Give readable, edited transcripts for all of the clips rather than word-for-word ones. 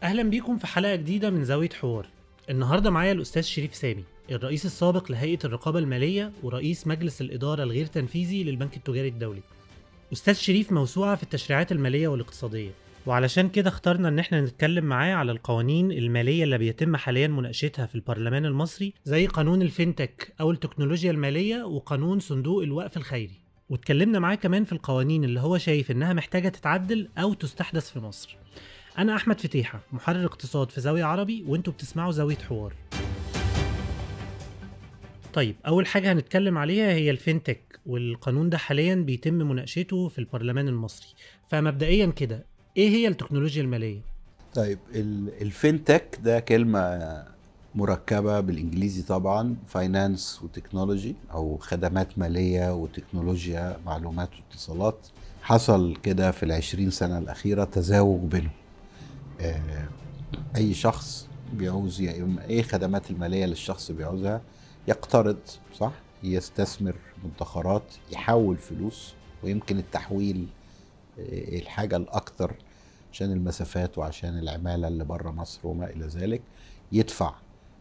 أهلا بيكم في حلقة جديدة من زاوية حوار. النهاردة معايا الأستاذ شريف سامي، الرئيس السابق لهيئة الرقابة المالية ورئيس مجلس الإدارة الغير تنفيذي للبنك التجاري الدولي. أستاذ شريف موسوعة في التشريعات المالية والاقتصادية، وعلشان كده اخترنا إن احنا نتكلم معاه على القوانين المالية اللي بيتم حاليا مناقشتها في البرلمان المصري، زي قانون الفينتك أو التكنولوجيا المالية وقانون صندوق الوقف الخيري. واتكلمنا معاه كمان في القوانين اللي هو شايف إنها محتاجة تتعدل أو تستحدث في مصر. أنا أحمد فتيحة، محرر اقتصاد في زاوية عربي، وأنتوا بتسمعوا زاوية حوار. طيب، أول حاجة هنتكلم عليها هي الفينتك، والقانون ده حاليا بيتم مناقشته في البرلمان المصري. فمبدئيا كده، إيه هي التكنولوجيا المالية؟ طيب الفينتك ده كلمة مركبة بالإنجليزي طبعا، فاينانس وتكنولوجي أو خدمات مالية وتكنولوجيا معلومات واتصالات. حصل كده في 20 سنة الأخيرة تزاوج بينهم. آه، أي شخص بيعوز إيه خدمات المالية اللي الشخص بيعوزها؟ يقترض، صح؟ يستثمر مدخرات، يحول فلوس، ويمكن التحويل الحاجة الأكثر عشان المسافات وعشان العمالة اللي بره مصر وما إلى ذلك. يدفع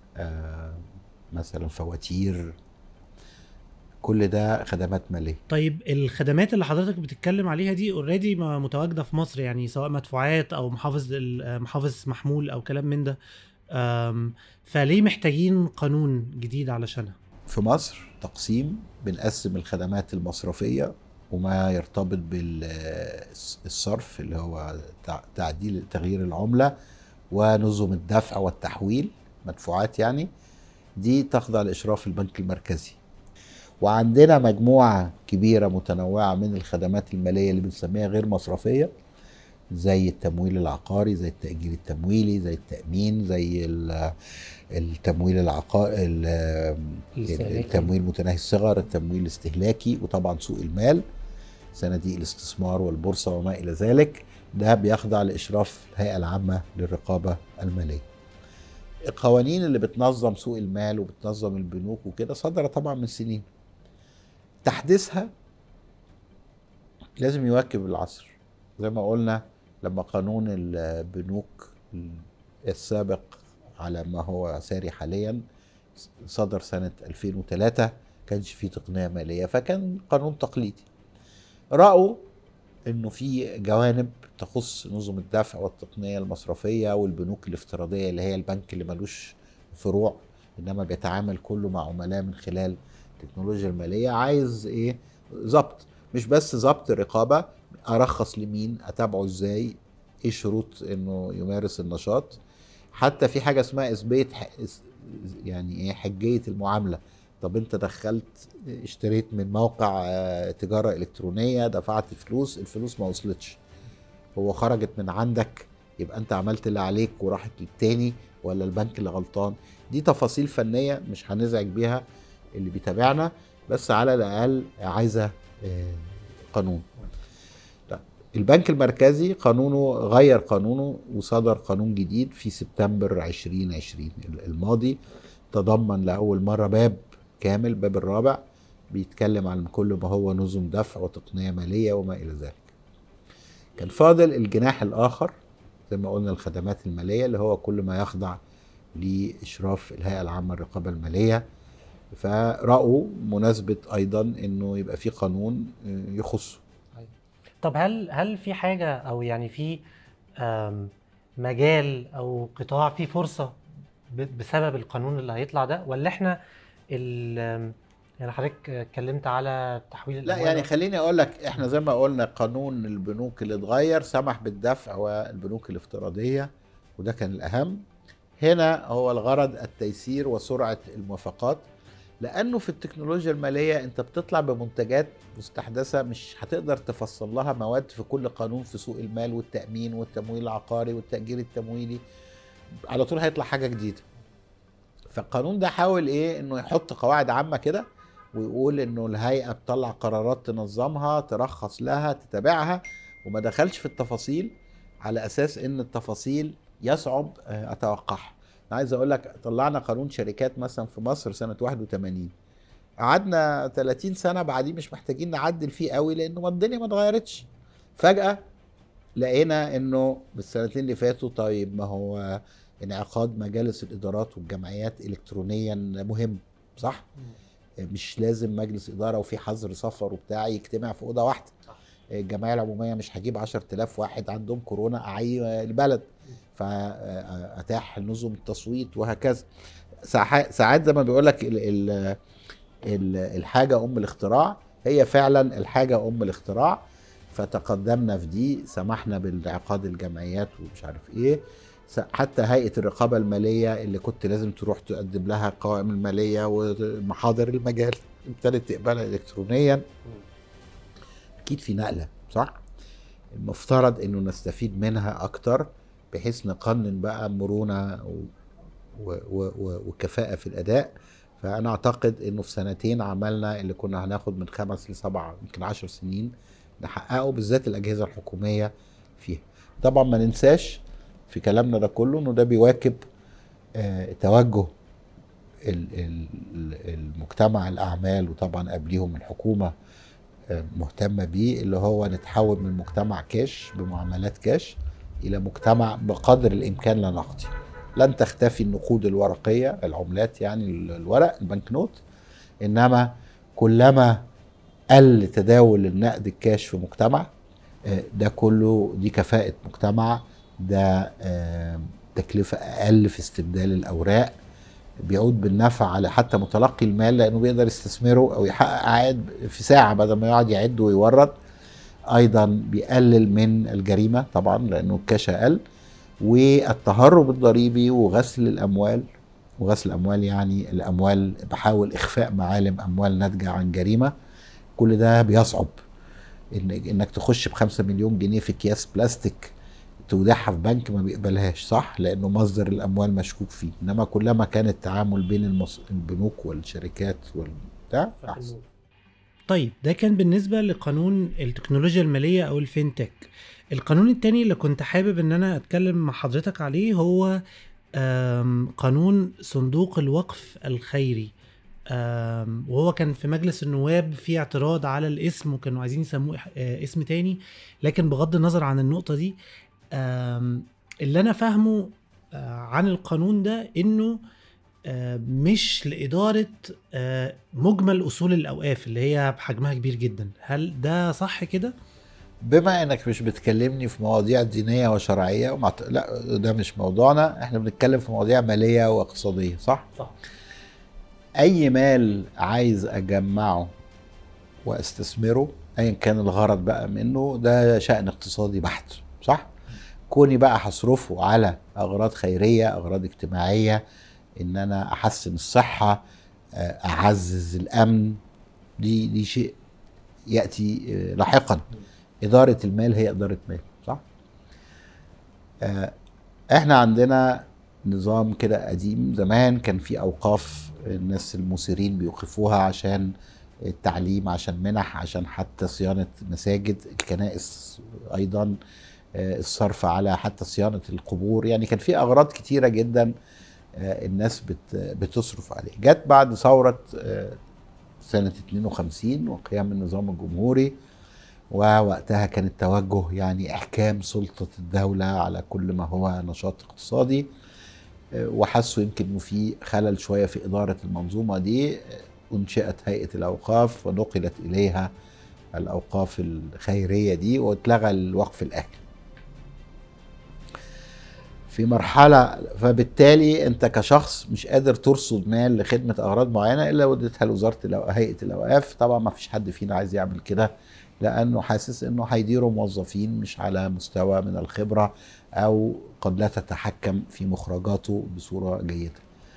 مثلا فواتير، كل ده خدمات مالية. طيب، الخدمات اللي حضرتك بتتكلم عليها دي اوريدي متواجدة في مصر، يعني سواء مدفوعات أو محافظ محمول أو كلام من ده. فليه محتاجين قانون جديد علشانها؟ في مصر تقسيم، بنقسم الخدمات المصرفية وما يرتبط بالصرف اللي هو تعديل تغيير العملة ونظم الدفع والتحويل، مدفوعات يعني، دي تخضع لإشراف البنك المركزي. وعندنا مجموعة كبيرة متنوعة من الخدمات المالية اللي بنسميها غير مصرفية، زي التمويل العقاري، زي التأجير التمويلي، زي التأمين، زي التمويل العقاري، التمويل متناهي الصغر، التمويل الاستهلاكي، وطبعا سوق المال، صناديق الاستثمار والبورصة وما إلى ذلك. ده بيخضع لإشراف الهيئة العامة للرقابة المالية. القوانين اللي بتنظم سوق المال وبتنظم البنوك وكده صدرت طبعا من سنين. تحديثها لازم يواكب العصر. زي ما قلنا، لما قانون البنوك السابق على ما هو ساري حاليا صدر سنة 2003، كانش فيه تقنية مالية، فكان قانون تقليدي. رأوا انه في جوانب تخص نظم الدفع والتقنية المصرفية والبنوك الافتراضية، اللي هي البنك اللي ملوش فروع انما بيتعامل كله مع عملاء من خلال التكنولوجيا المالية. عايز ايه؟ ضبط، مش بس ضبط رقابة، ارخص لمين، اتابعه ازاي، ايه شروط انه يمارس النشاط. حتى في حاجة اسمها يعني ايه حجية المعاملة. طب انت دخلت اشتريت من موقع تجارة الكترونية، دفعت فلوس، الفلوس ما وصلتش، هو خرجت من عندك، يبقى انت عملت اللي عليك وراحت للتاني، ولا البنك اللي غلطان؟ دي تفاصيل فنية مش هنزعج بيها اللي بيتابعنا، بس على الاقل عايزة قانون. البنك المركزي قانونه غير قانونه وصدر قانون جديد في سبتمبر 2020 الماضي، تضمن لأول مرة باب كامل، باب الرابع، بيتكلم عن كل ما هو نظم دفع وتقنية مالية وما إلى ذلك. كان فاضل الجناح الآخر، زي ما قلنا الخدمات المالية، اللي هو كل ما يخضع لإشراف الهيئة العامة للرقابة المالية. فرأوا مناسبة أيضا أنه يبقى في قانون يخصه. طب هل في حاجة أو يعني في مجال أو قطاع فيه فرصة بسبب القانون اللي هيطلع ده، ولا احنا يعني حضرتك اتكلمت على تحويل لا الأموال يعني خليني اقول لك، احنا زي ما قلنا قانون البنوك اللي اتغير سمح بالدفع والبنوك الافتراضية، وده كان الاهم. هنا هو الغرض التيسير وسرعة الموافقات، لانه في التكنولوجيا المالية انت بتطلع بمنتجات مستحدثة، مش هتقدر تفصل لها مواد في كل قانون في سوق المال والتأمين والتمويل العقاري والتأجير التمويلي، على طول هيطلع حاجة جديدة. فالقانون ده حاول ايه؟ انه يحط قواعد عامة كده، ويقول انه الهيئة بتطلع قرارات تنظمها، ترخص لها، تتابعها، وما دخلش في التفاصيل على اساس ان التفاصيل يصعب اتوقعها. انا عايز اقول لك، طلعنا قانون شركات مثلا في مصر سنة 81، قعدنا 30 سنة بعديه مش محتاجين نعدل فيه قوي لانه الدنيا ما اتغيرتش. فجأة لقينا انه بالسنتين اللي فاتوا طيب ما هو انعقاد مجالس الادارات والجمعيات الكترونيا مهم، صح؟ مش لازم مجلس اداره وفي حظر سفر وبتاع يجتمع في اوضه واحده. الجمعيه العموميه مش هجيب 10,000 واحد عندهم كورونا اعي البلد، فاتاح نظم التصويت وهكذا. ساعات زي ما بيقول لك الحاجه ام الاختراع، هي فعلا الحاجه ام الاختراع. فتقدمنا في دي، سمحنا بانعقاد الجمعيات ومش عارف ايه. حتى هيئه الرقابه الماليه اللي كنت لازم تروح تقدم لها القوائم الماليه ومحاضر المجال ابتدت تقبلها الكترونيا. اكيد في نقله، صح؟ المفترض انه نستفيد منها اكتر بحيث نقنن بقى مرونه وكفاءه في الاداء. فانا اعتقد انه في سنتين عملنا اللي كنا هناخد من 5 ل7 يمكن 10 سنين نحققه، بالذات الاجهزه الحكوميه فيها. طبعا ما ننساش في كلامنا ده كله انه ده بيواكب توجه المجتمع الاعمال، وطبعا قبليهم الحكومه مهتمه بيه، اللي هو نتحول من مجتمع كاش بمعاملات كاش الى مجتمع بقدر الامكان لا نقدي. لن تختفي النقود الورقيه، العملات يعني الورق البنك نوت، انما كلما قل تداول النقد الكاش في مجتمع ده كله دي كفاءه مجتمع، ده تكلفه اقل في استبدال الاوراق، بيعود بالنفع على حتى متلقي المال لانه بيقدر يستثمره او يحقق عائد في ساعه بدل ما يقعد يعد ويورد. ايضا بيقلل من الجريمه طبعا لانه الكاش اقل، والتهرب الضريبي وغسل الاموال. وغسل الاموال يعني الاموال بحاول اخفاء معالم اموال ناتجه عن جريمه، كل ده بيصعب. انك تخش ب5 مليون جنيه في اكياس بلاستيك تودعها في بنك ما بيقبلهاش، صح؟ لانه مصدر الاموال مشكوك فيه. انما كلما كان التعامل بين البنوك والشركات والبتاع احسن. طيب ده كان بالنسبة لقانون التكنولوجيا المالية او الفينتك. القانون التاني اللي كنت حابب ان انا اتكلم مع حضرتك عليه هو قانون صندوق الوقف الخيري. وهو كان في مجلس النواب في اعتراض على الاسم، وكانوا عايزين يسموه اسم تاني. لكن بغض النظر عن النقطة دي، اللي انا فاهمه عن القانون ده انه مش لإدارة مجمل أصول الأوقاف اللي هي بحجمها كبير جدا. هل ده صح كده؟ بما انك مش بتكلمني في مواضيع دينية وشرعية لا ده مش موضوعنا، احنا بنتكلم في مواضيع مالية واقتصادية، صح؟ صح. اي مال عايز اجمعه واستثمره ايا كان الغرض بقى منه ده شأن اقتصادي بحت، صح؟ كوني بقى هصرفه على اغراض خيرية، اغراض اجتماعية، ان انا احسن الصحة، اعزز الامن، دي شيء يأتي لاحقا. ادارة المال هي ادارة مال، صح؟ احنا عندنا نظام كده قديم زمان، كان في اوقاف الناس المسيرين بيوقفوها عشان التعليم، عشان منح، عشان حتى صيانة مساجد، الكنائس ايضا، الصرف على حتى صيانة القبور. يعني كان في اغراض كتيرة جدا الناس بتصرف عليه. جت بعد ثورة سنة 52 وقيام النظام الجمهوري، ووقتها كان التوجه يعني احكام سلطة الدولة على كل ما هو نشاط اقتصادي، وحسوا يمكن انه في خلل شوية في ادارة المنظومة دي. انشئت هيئة الاوقاف ونقلت اليها الاوقاف الخيرية دي، واتلغى الوقف الاهلي في مرحلة. فبالتالي انت كشخص مش قادر ترصد مال لخدمة اغراض معينة الا وديتها لوزارة هيئة الاوقاف. طبعا ما فيش حد فينا عايز يعمل كده، لانه حاسس انه هيديروا موظفين مش على مستوى من الخبرة او قد لا تتحكم في مخرجاته بصورة جيدة.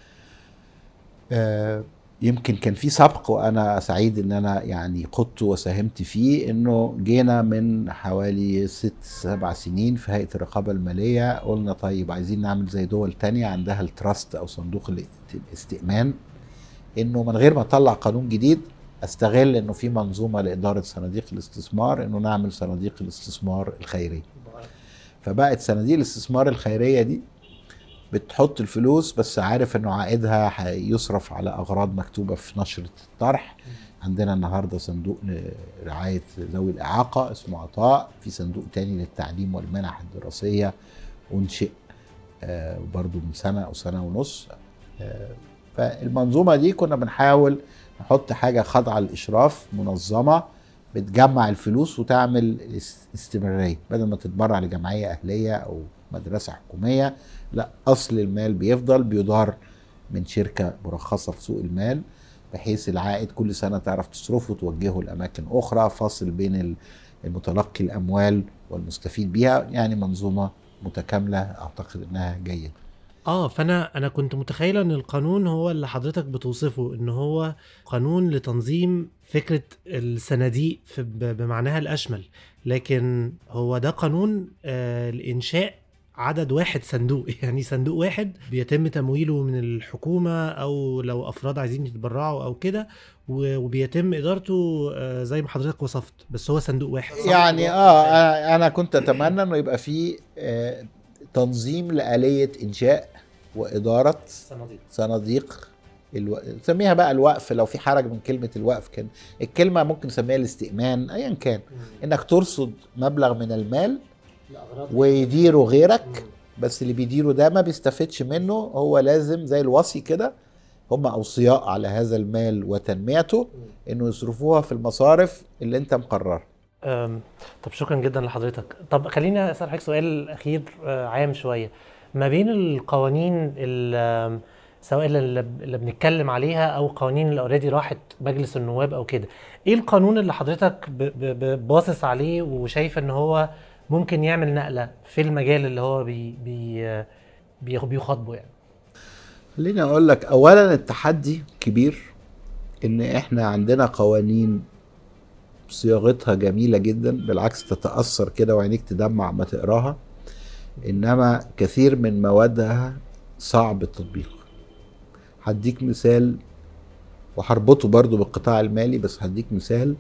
يمكن كان في سبق، وانا سعيد ان انا يعني قدت وساهمت فيه، انه جينا من حوالي 6-7 سنين في هيئة الرقابة المالية قلنا طيب عايزين نعمل زي دول تانية عندها التراست او صندوق الاستئمان، انه من غير ما اطلع قانون جديد استغل انه في منظومة لادارة صناديق الاستثمار، انه نعمل صناديق الاستثمار الخيرية. فبقت صناديق الاستثمار الخيرية دي بتحط الفلوس بس عارف انه عائدها هيصرف على اغراض مكتوبة في نشرة الطرح، عندنا النهارده صندوق لرعايه ذوي الاعاقه اسمه عطاء، في صندوق تاني للتعليم والمنح الدراسيه انشئ برضو من سنه او سنه ونص. فالمنظومه دي كنا بنحاول نحط حاجه خاضعه للاشراف، منظمه بتجمع الفلوس وتعمل استمراريه، بدل ما تتبرع لجمعيه اهليه او مدرسه حكوميه، لا، اصل المال بيفضل بيدار من شركه مرخصه في سوق المال، بحيث العائد كل سنه تعرف تصرفه وتوجهه لاماكن اخرى، فاصل بين المتلقي الاموال والمستفيد بيها. يعني منظومه متكامله اعتقد انها جيده. فانا كنت متخيله ان القانون هو اللي حضرتك بتوصفه، ان هو قانون لتنظيم فكره الصناديق بمعناها الاشمل، لكن هو ده قانون لانشاء عدد واحد صندوق يعني صندوق واحد بيتم تمويله من الحكومه، او لو افراد عايزين يتبرعوا او كده، وبيتم ادارته زي ما حضرتك وصفت، بس هو صندوق واحد. يعني انا كنت اتمنى انه يبقى فيه تنظيم لآلية انشاء وادارة صناديق نسميها بقى الوقف، لو في حرج من كلمة الوقف، كان الكلمة ممكن نسميها الاستئمان، ايا كان، انك ترصد مبلغ من المال ويديره غيرك، بس اللي بيديره ده ما بيستفدش منه، هو لازم زي الوصي كده، هم اوصياء على هذا المال وتنميته، انه يصرفوها في المصارف اللي انت مقررها. طب شكرا جدا لحضرتك. طب خلينا اسال حضرتك سؤال اخير عام شويه، ما بين القوانين سواء اللي بنتكلم عليها او القوانين اللي اوريدي راحت مجلس النواب او كده، ايه القانون اللي حضرتك باصص عليه وشايف ان هو ممكن يعمل نقله في المجال اللي هو بيخاطبه يعني؟ خليني اقول لك، اولا التحدي كبير ان احنا عندنا قوانين صياغتها جميلة جدا، بالعكس تتأثر كده وعينيك تدمع ما تقراها، انما كثير من موادها صعب التطبيق. هديك مثال وهربطه برضو بالقطاع المالي، بس هديك مثال.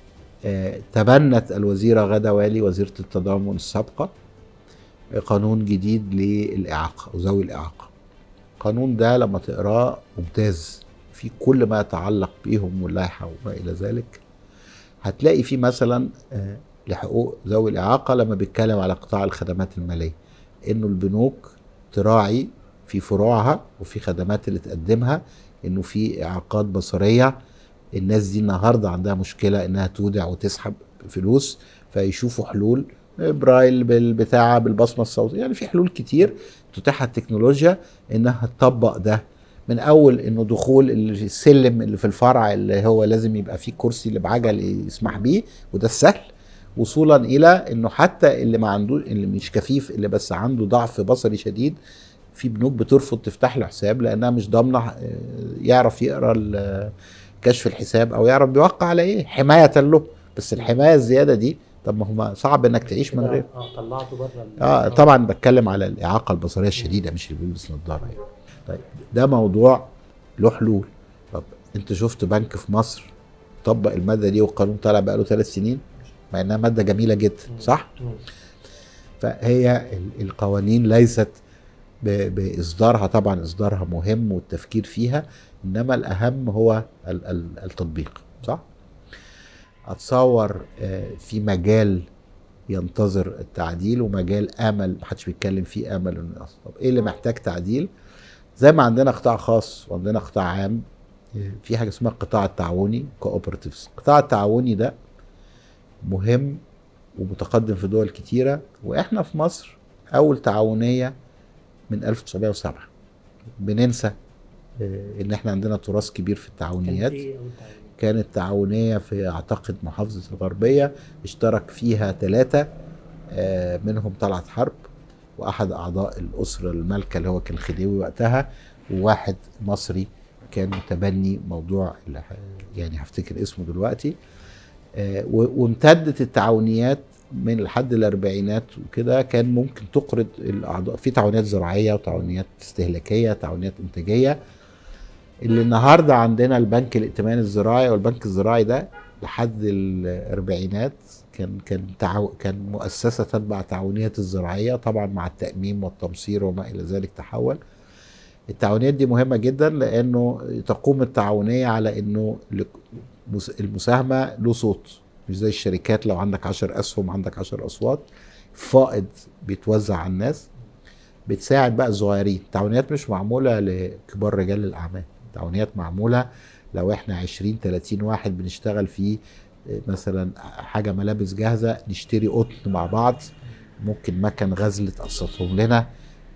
تبنت الوزيرة غادة والي وزيرة التضامن السابقة قانون جديد للإعاقة أو ذوي الإعاقة. القانون ده لما تقراه ممتاز في كل ما يتعلق بيهم واللائحة وما إلى ذلك. هتلاقي فيه مثلا لحقوق ذوي الإعاقة لما بيتكلم على قطاع الخدمات المالية، إنه البنوك تراعي في فروعها وفي خدمات اللي تقدمها إنه في إعاقات بصرية، الناس دي النهاردة عندها مشكلة إنها تودع وتسحب فلوس، فيشوفوا حلول برايل بالبتاعة بالبصمة الصوتية، يعني في حلول كتير تتاح التكنولوجيا إنها تطبق ده، من اول انه دخول السلم اللي في الفرع اللي هو لازم يبقى فيه كرسي اللي بعجل يسمح بيه وده السهل، وصولا الى انه حتى اللي ما عنده، اللي مش كفيف، اللي بس عنده ضعف بصري شديد، في بنوك بترفض تفتح له حساب لانها مش ضامنه يعرف يقرا كشف الحساب او يعرف بيوقع على ايه حمايه له. بس الحمايه الزياده دي، طب ما هو صعب انك تعيش من غير طلعته بره. طبعا بتكلم على الاعاقه البصريه الشديده مش اللي بيلبس نظاره يعني. طيب ده موضوع له حلول. طب انت شفت بنك في مصر طبق الماده دي والقانون طالع بقاله 3 سنين، مع انها ماده جميله جدا، صح؟ فهي القوانين ليست باصدارها، طبعا اصدارها مهم والتفكير فيها، انما الاهم هو التطبيق، صح؟ اتصور في مجال ينتظر التعديل ومجال امل محدش بيتكلم فيه امل انه يحصل. طب ايه اللي محتاج تعديل؟ زي ما عندنا قطاع خاص وعندنا قطاع عام، في حاجه اسمها القطاع التعاوني كوبراتيفز. القطاع التعاوني ده مهم ومتقدم في دول كتيره، واحنا في مصر اول تعاونيه من 1907. بننسى ان احنا عندنا تراث كبير في التعاونيات. كانت تعاونيه في اعتقد محافظه الغربيه، اشترك فيها 3 منهم طلعت حرب، واحد اعضاء الاسره المالكه اللي هو كان الخديوي وقتها، وواحد مصري كان متبني موضوع يعني هفتكر اسمه دلوقتي. وامتدت التعاونيات من لحد الاربعينات وكده، كان ممكن تقرض الاعضاء في تعاونيات زراعيه وتعاونيات استهلاكيه تعاونيات انتاجيه. اللي النهارده عندنا البنك الائتماني الزراعي، والبنك الزراعي ده لحد الاربعينات كان مؤسسه تتبع تعاونيات الزراعيه، طبعا مع التاميم والتمصير وما الى ذلك تحول. التعاونيات دي مهمة جدا لانه تقوم التعاونية على انه المساهمة له صوت، مش زي الشركات لو عندك 10 اسهم عندك 10 اصوات، فائض بيتوزع على الناس. بتساعد بقى الصغيرين. التعاونيات مش معمولة لكبار رجال الاعمال، التعاونيات معمولة لو احنا 20 30 واحد بنشتغل في مثلا حاجة ملابس جاهزة، نشتري قطن مع بعض، ممكن مكن غزل تقسطهم لنا،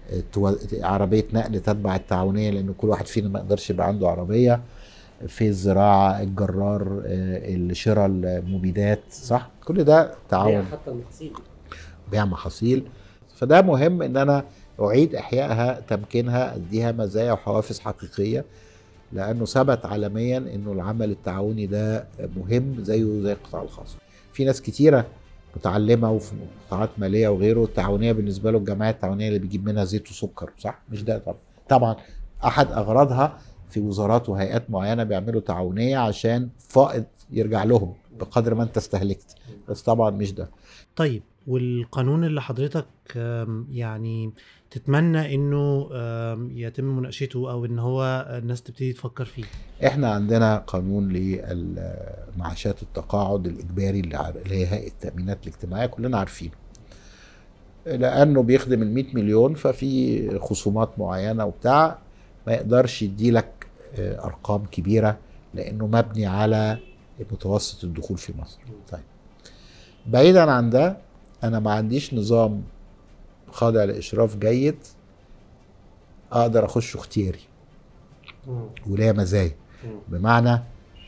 عربية نقل تتبع التعاونية لأن كل واحد فينا ما يقدرش يبقى عنده عربية. في الزراعة الجرار، الشراء المبيدات، صح، كل ده تعاون. حتى المحاصيل، بيع محاصيل. فده مهم ان انا اعيد احيائها، تمكينها، اديها مزايا وحوافز حقيقية، لانه ثبت عالميا انه العمل التعاوني ده مهم زيه زي القطاع الخاص. في ناس كتيرة متعلمة وفي قطاعات مالية وغيره، التعاونية بالنسبة له الجمعية التعاونية اللي بيجيب منها زيت وسكر، صح؟ مش ده طبعا احد اغراضها في وزارات وهيئات معينة بيعملوا تعاونية عشان فائض يرجع لهم بقدر ما انت استهلكت، بس طبعا مش ده. طيب، والقانون اللي حضرتك يعني تتمنى انه يتم مناقشته او ان هو الناس تبتدي تفكر فيه؟ احنا عندنا قانون للمعاشات التقاعد الاجباري اللي هي هيئة التأمينات الاجتماعية، كلنا عارفينه لانه بيخدم ال100 مليون، ففي خصومات معينة وبتاع، ما يقدرش يديلك ارقام كبيرة لانه مبني على متوسط الدخول في مصر. طيب، بعيدا عن ده، انا ما عنديش نظام خاضع لاشراف جيد اقدر اخشه اختياري وليا مزايا. بمعنى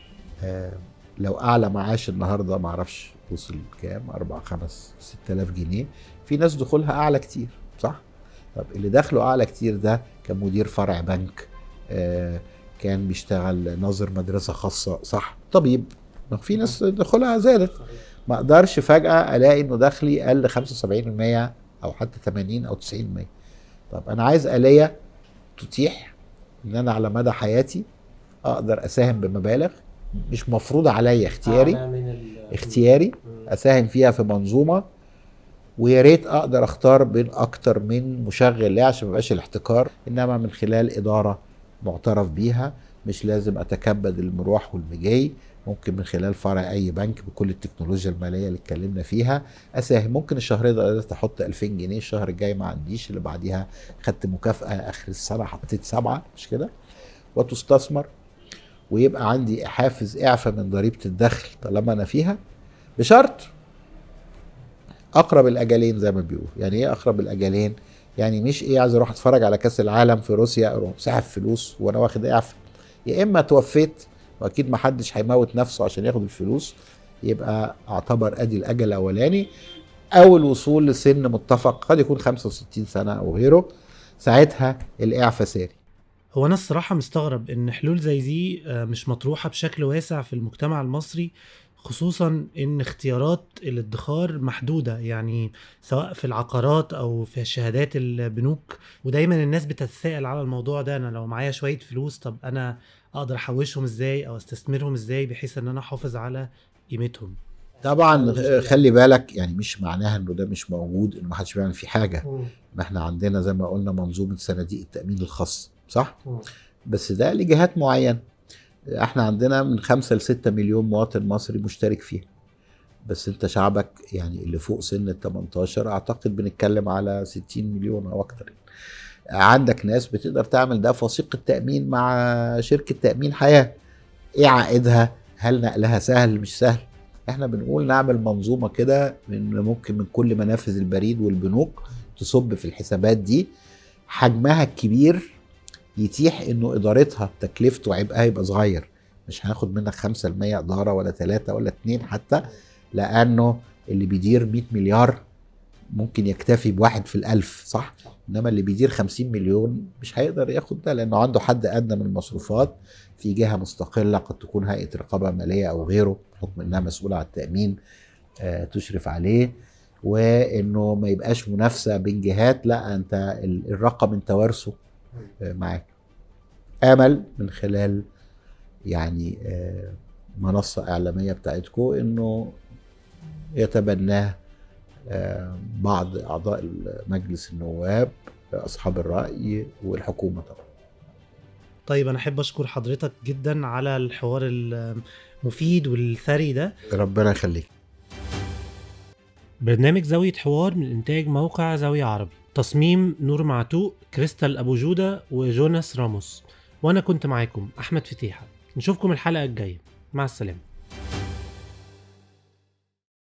لو اعلى معاش النهارده ما اعرفش وصل كام، 4 5 6000 جنيه، في ناس دخولها اعلى كتير، صح؟ طب اللي دخله اعلى كتير ده كان مدير فرع بنك، كان بيشتغل ناظر مدرسه خاصه، صح؟ طبيب، ما في ناس دخولها زادت. ما اقدرش فجاه الاقي انه دخلي قل 75% او حتى 80 او 90%. طب انا عايز آلية تتيح ان انا على مدى حياتي اقدر اساهم بمبالغ مش مفروضة عليا، اختياري اساهم فيها في منظومة، ويا ريت اقدر اختار بين اكتر من مشغل ليه عشان ما يبقاش الاحتكار، انما من خلال ادارة معترف بيها، مش لازم اتكبد المروح والمجاي، ممكن من خلال فرع اي بنك بكل التكنولوجيا الماليه اللي اتكلمنا فيها اساهم. ممكن الشهر ده قدرت احط 2000 جنيه، الشهر الجاي ما عنديش، اللي بعديها خدت مكافاه، اخر السنه حطيت 7، مش كده؟ وتستثمر، ويبقى عندي حافز اعفاء من ضريبه الدخل طالما انا فيها، بشرط اقرب الاجلين زي ما بيقول. يعني ايه اقرب الاجلين؟ يعني مش ايه عايز اروح اتفرج على كاس العالم في روسيا اروح ساحب فلوس وانا واخد اعفاء، يا اما توفيت واكيد ما حدش هيموت نفسه عشان ياخد الفلوس، يبقى اعتبر ادي الاجل الاولاني، او الوصول لسن متفق قد يكون 65 سنه او غيره، ساعتها الاعفاء ساري. هو انا الصراحه مستغرب ان حلول زي دي مش مطروحه بشكل واسع في المجتمع المصري، خصوصا ان اختيارات الادخار محدوده، يعني سواء في العقارات او في شهادات البنوك. ودايما الناس بتتساءل على الموضوع ده، انا لو معايا شويه فلوس، طب انا اقدر احوشهم ازاي او استثمرهم ازاي بحيث ان انا احافظ على قيمتهم؟ طبعا خلي بالك، يعني مش معناها انه ده مش موجود، انه ما حدش بيعمل فيه حاجه. ما احنا عندنا زي ما قلنا منظومه صناديق التامين الخاص، صح؟ بس ده لجهات معينه. احنا عندنا من 5 ل 6 مليون مواطن مصري مشترك فيها، بس انت شعبك يعني اللي فوق سن ال 18 اعتقد بنتكلم على 60 مليون او اكتر. عندك ناس بتقدر تعمل ده في وثيقه تامين مع شركه تامين حياه. ايه عائدها؟ هل نقلها سهل مش سهل؟ احنا بنقول نعمل منظومه كده، من ممكن من كل منافذ البريد والبنوك تصب في الحسابات دي، حجمها الكبير يتيح انه ادارتها تكلفته وعبئها يبقى صغير، مش هناخد منك 5% اداره ولا 3 ولا 2 حتى، لانه اللي بيدير 100 مليار ممكن يكتفي بواحد في الألف، صح؟ انما اللي بيدير 50 مليون مش هيقدر ياخد ده، لانه عنده حد ادنى من المصروفات في جهه مستقله، قد تكون هيئه رقابه ماليه او غيره بحكم انها مسؤوله عن التامين تشرف عليه، وانه ما يبقاش منافسه بين جهات، لا انت الرقم انت وارثه معاك. امل من خلال يعني منصه اعلاميه بتاعتكم انه يتبناه بعض اعضاء مجلس النواب، اصحاب الراي، والحكومه طبعا. طيب انا احب اشكر حضرتك جدا على الحوار المفيد والثري ده. ربنا يخليك. برنامج زاوية حوار من إنتاج موقع زاوية عربي، تصميم نور معتوق، كريستال أبو جودة وجوناس راموس، وأنا كنت معاكم أحمد فتيحة. نشوفكم الحلقة الجاية، مع السلامة.